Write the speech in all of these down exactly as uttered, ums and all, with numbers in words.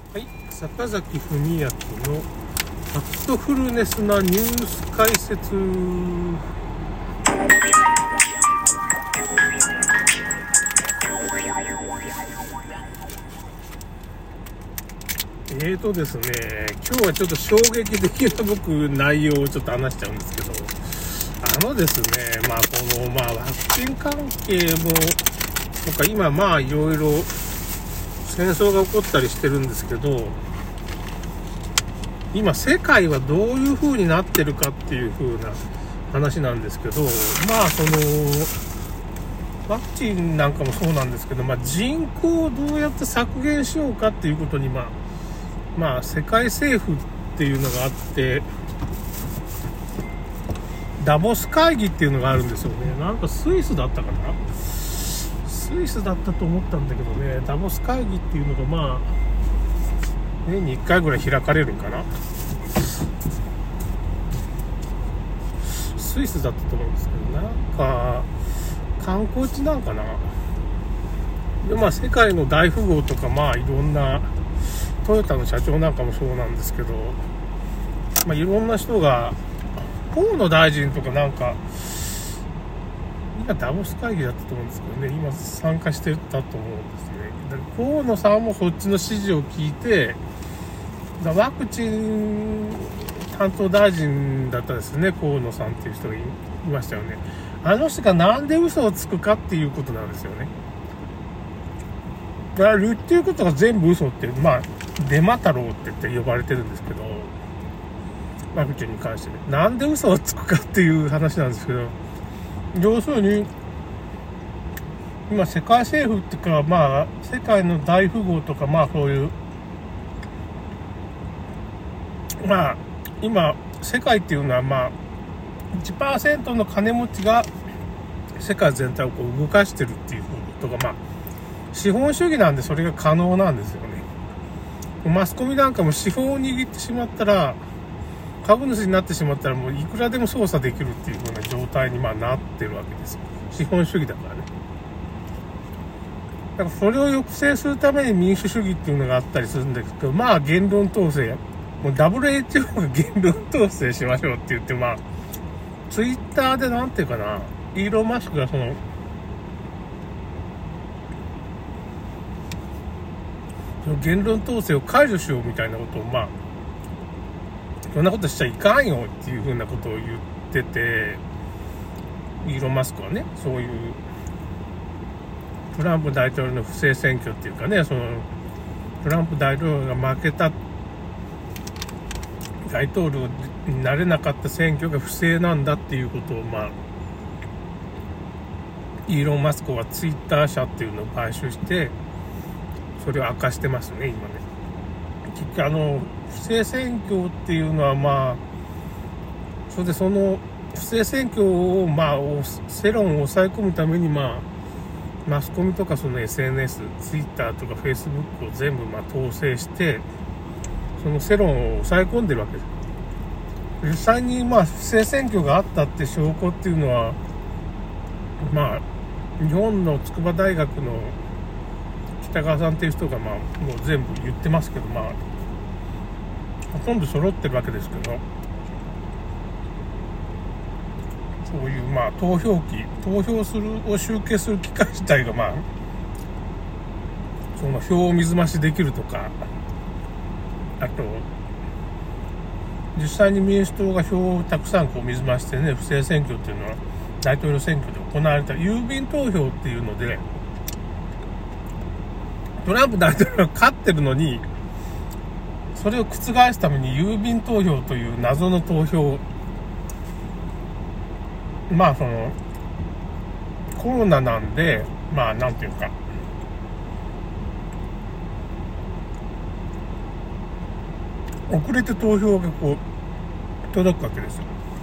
はい、坂崎文明のファクトフルネスなニュース解説。えーとですね、今日はちょっと衝撃的な僕内容をちょっと話しちゃうんですけど、あのですね、まあこのまあワクチン関係もとか今まあいろいろ戦争が起こったりしてるんですけど、今世界はどういう風になってるかっていう風な話なんですけど、まあそのワクチンなんかもそうなんですけど、まあ人口をどうやって削減しようかっていうことにまあまあ世界政府っていうのがあって、ダボス会議っていうのがあるんですよね。なんかスイスだったかな、スイスだったと思ったんだけどね、ダボス会議っていうのがまあ年にいっかいぐらい開かれるんかな。スイスだったと思うんですけど、なんか観光地なんかな。でまあ世界の大富豪とかまあいろんなトヨタの社長なんかもそうなんですけど、まあいろんな人が、河野大臣とかなんか今ダボス会議だったと思うんですけどね、今参加してたと思うんですね。河野さんもこっちの指示を聞いて、ワクチン担当大臣だったですね、河野さんっていう人がいましたよね。あの人がなんで嘘をつくかっていうことなんですよね。だから言ってることが全部嘘って、まあデマ太郎って言って呼ばれてるんですけど、ワクチンに関してね、なんで嘘をつくかっていう話なんですけど、要するに今世界政府っていうか、まあ世界の大富豪とか、まあそういうまあ今世界っていうのはまあ いちパーセント の金持ちが世界全体をこう動かしてるっていうことが、まあ資本主義なんでそれが可能なんですよね。マスコミなんかも資本を握ってしまったら、株主になってしまったらもういくらでも操作できるっていう風な状態にまあなってるわけですよ。資本主義だからね。だからそれを抑制するために民主主義っていうのがあったりするんですけど、まあ言論統制、もう ダブリューエイチオー が言論統制しましょうって言って、まあツイッターでなんていうかな、イーロン・マスクがその言論統制を解除しようみたいなことを、まあそんなことしちゃいかんよっていうふうなことを言ってて、イーロン・マスクはね、そういうトランプ大統領の不正選挙っていうかね、そのトランプ大統領が負けた、大統領になれなかった選挙が不正なんだっていうことを、まあイーロン・マスクはツイッター社っていうのを買収してそれを明かしてますね、今ね。結局あの不正選挙っていうのは、まあそれでその不正選挙をまあ世論を抑え込むために、まあマスコミとかその エスエヌエス、ツイッターとかフェイスブックを全部まあ統制してその世論を抑え込んでるわけです。実際にまあ不正選挙があったって証拠っていうのは、まあ日本の筑波大学の北川さんっていう人がまあもう全部言ってますけど、まあほとんど揃ってるわけですけど、そういうまあ投票機、投票するを集計する機械自体がまあその票を水増しできるとか、あと実際に民主党が票をたくさんこう水増してね、不正選挙っていうのは大統領選挙で行われた郵便投票っていうので、トランプ大統領が勝ってるのにそれを覆すために郵便投票という謎の投票、まあそのコロナなんで、まあなんていうか遅れて投票がこう届くわけですよ。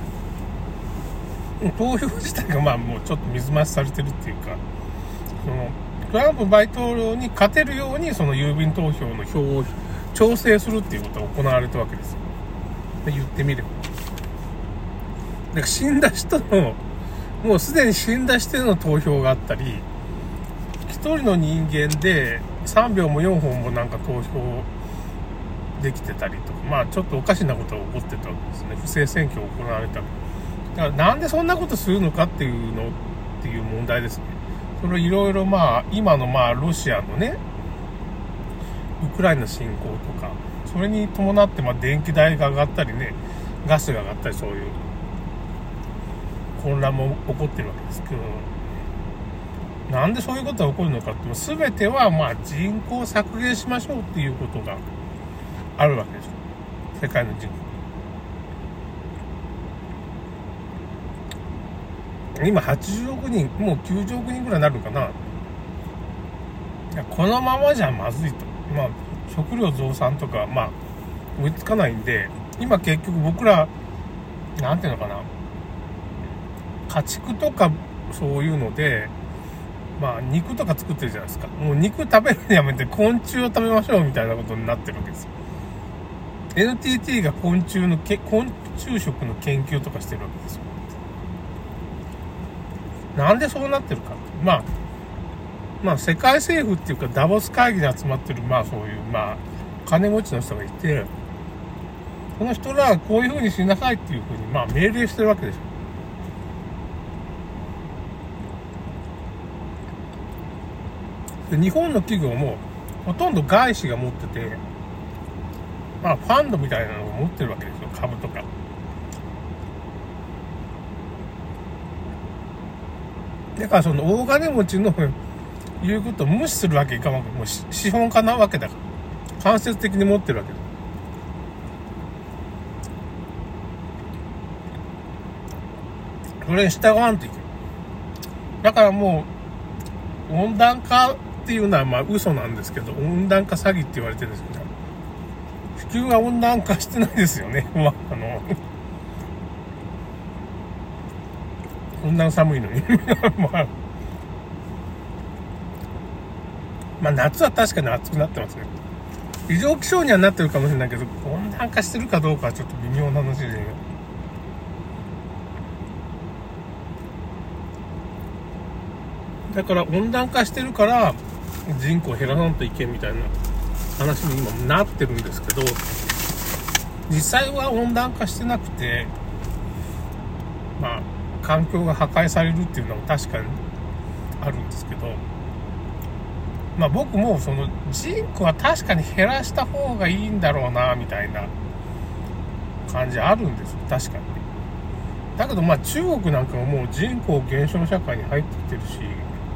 投票自体がまあもうちょっと水増しされてるっていうか、そのトランプ大統領に勝てるようにその郵便投票の票を調整するっていうことが行われたわけですよ。言ってみれば、だから死んだ人のもうすでに死んだ人の投票があったり、一人の人間でさんびょうもよんほんもなんか投票できてたりとか、まあちょっとおかしなことが起こってたわけですね。不正選挙が行われた。だからなんでそんなことするのかっていうのっていう問題ですね。それをいろいろまあ今のまあロシアのね、ウクライナ侵攻とか、それに伴ってまあ電気代が上がったりね、ガスが上がったり、そういう混乱も起こってるわけですけど、なんでそういうことが起こるのかって、全てはまあ人口を削減しましょうっていうことがあるわけですよ。世界の人口。今はちじゅうおくにん、もうきゅうじゅうおくにんぐらいになるのかな。いや、このままじゃまずいと。まあ、食料増産とか、まあ、追いつかないんで、今結局僕ら、なんていうのかな。家畜とかそういうので、まあ、肉とか作ってるじゃないですか。もう肉食べるのやめて昆虫を食べましょうみたいなことになってるわけですよ。エヌティーティー が昆虫のけ、昆虫食の研究とかしてるわけですよ。なんでそうなってるか。まあ、まあ世界政府っていうかダボス会議に集まってる、まあそういう、まあ、金持ちの人がいて、この人らはこういう風にしなさいっていう風に、まあ命令してるわけですよ。で、日本の企業もほとんど外資が持ってて、まあファンドみたいなのを持ってるわけですよ、株とか。だからその大金持ちの言うことを無視するわけいかんわけ。もう資本家なわけだから。間接的に持ってるわけだ。それに従わんといけない。だからもう、温暖化っていうのはまあ嘘なんですけど、温暖化詐欺って言われてるんですけど、地球が温暖化してないですよね。まあ、あの、こんな寒いのに。まあ、まあ夏は確かに暑くなってますね。異常気象にはなってるかもしれないけど、温暖化してるかどうかはちょっと微妙な話で。だから温暖化してるから人口減らさんといけんみたいな話に今なってるんですけど、実際は温暖化してなくて、まあ環境が破壊されるっていうのは確かにあるんですけど、まあ僕もその人口は確かに減らした方がいいんだろうなみたいな感じあるんですよ、確かに。だけどまあ中国なんかももう人口減少社会に入ってきてるし、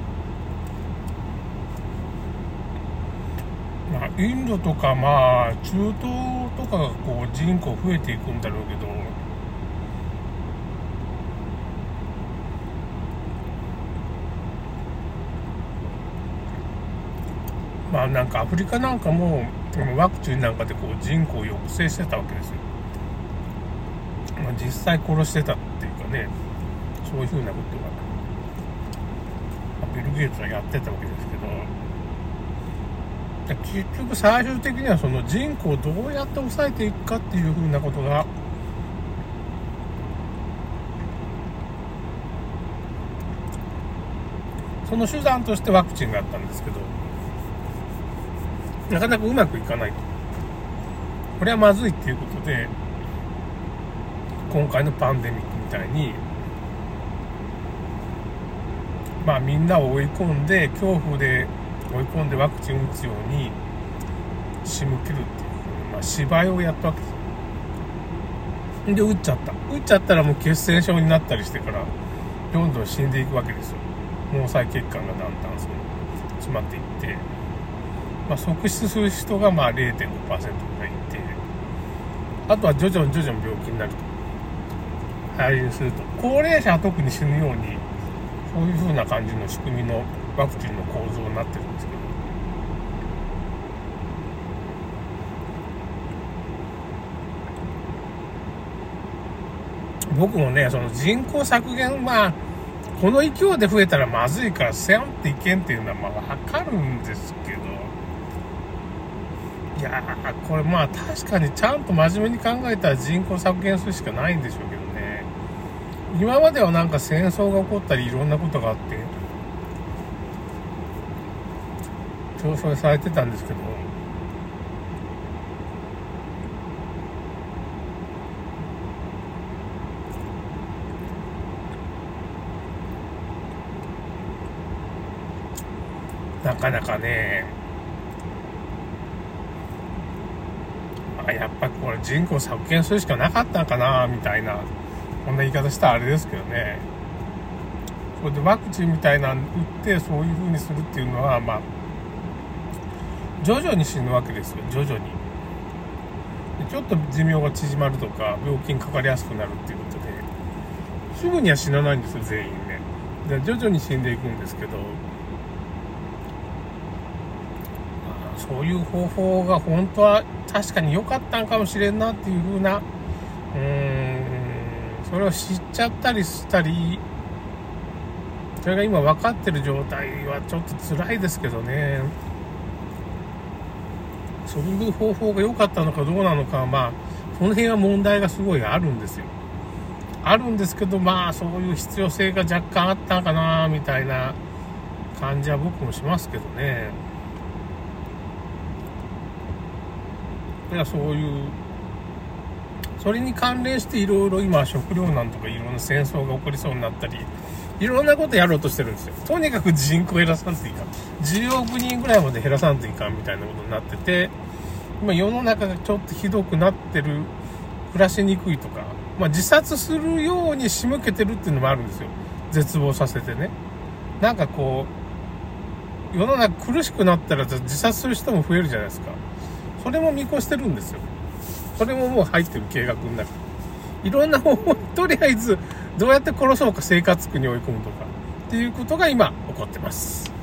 まあインドとかまあ中東とかがこう人口増えていくんだろうけど、まあなんかアフリカなんかもワクチンなんかでこう人口を抑制してたわけですよ。まあ、実際殺してたっていうかね、そういうふうなことが、まあ、ビル・ゲイツはやってたわけですけど、結局最終的にはその人口をどうやって抑えていくかっていうふうなことがその手段としてワクチンがあったんですけど、なかなかうまくいかないと。これはまずいっていうことで、今回のパンデミックみたいに、まあみんなを追い込んで、恐怖で追い込んでワクチンを打つように仕向けるっていう、まあ、芝居をやったわけですよ。で、打っちゃった。打っちゃったらもう血栓症になったりしてから、どんどん死んでいくわけですよ。毛細血管がだんだんその詰まっていって、まあ、即死する人がまあ れいてんごパーセント ぐらいいて、あとは徐々に徐々に病気になると、廃人すると、高齢者は特に死ぬように、そういう風な感じの仕組みのワクチンの構造になってるんですけど、僕もね、その人口削減はこの勢いで増えたらまずいからせんっていけんっていうのはまあわかるんですけど、いやーこれまあ確かにちゃんと真面目に考えたら人口削減するしかないんでしょうけどね。今まではなんか戦争が起こったりいろんなことがあって調査されてたんですけど、 なかなかね、まあ、やっぱりこれ人口削減するしかなかったんかなみたいな、こんな言い方したらあれですけどね。それでワクチンみたいなの打ってそういう風にするっていうのは、まあ徐々に死ぬわけですよ。徐々にちょっと寿命が縮まるとか病気にかかりやすくなるっていうことですぐには死なないんですよ、全員ね。で徐々に死んでいくんですけど、そういう方法が本当は確かに良かったんかもしれんなっていう風な、うーんそれを知っちゃったりしたり、それが今分かってる状態はちょっと辛いですけどね。そういう方法が良かったのかどうなのかは、まあその辺は問題がすごいあるんですよ。あるんですけど、まあそういう必要性が若干あったかなみたいな感じは僕もしますけどね。いや、そういうそれに関連していろいろ今食糧難とかいろんな戦争が起こりそうになったり、いろんなことやろうとしてるんですよ。とにかく人口減らさんといかん、じゅうおくにんぐらいまで減らさんといかんみたいなことになってて、今世の中がちょっとひどくなってる、暮らしにくいとか、まあ、自殺するように仕向けてるっていうのもあるんですよ。絶望させてね。なんかこう世の中苦しくなったら自殺する人も増えるじゃないですか。それも見越してるんですよ。それももう入ってる計画の中、いろんな方法、とりあえずどうやって殺そうか生活苦に追い込むとかっていうことが今起こってます。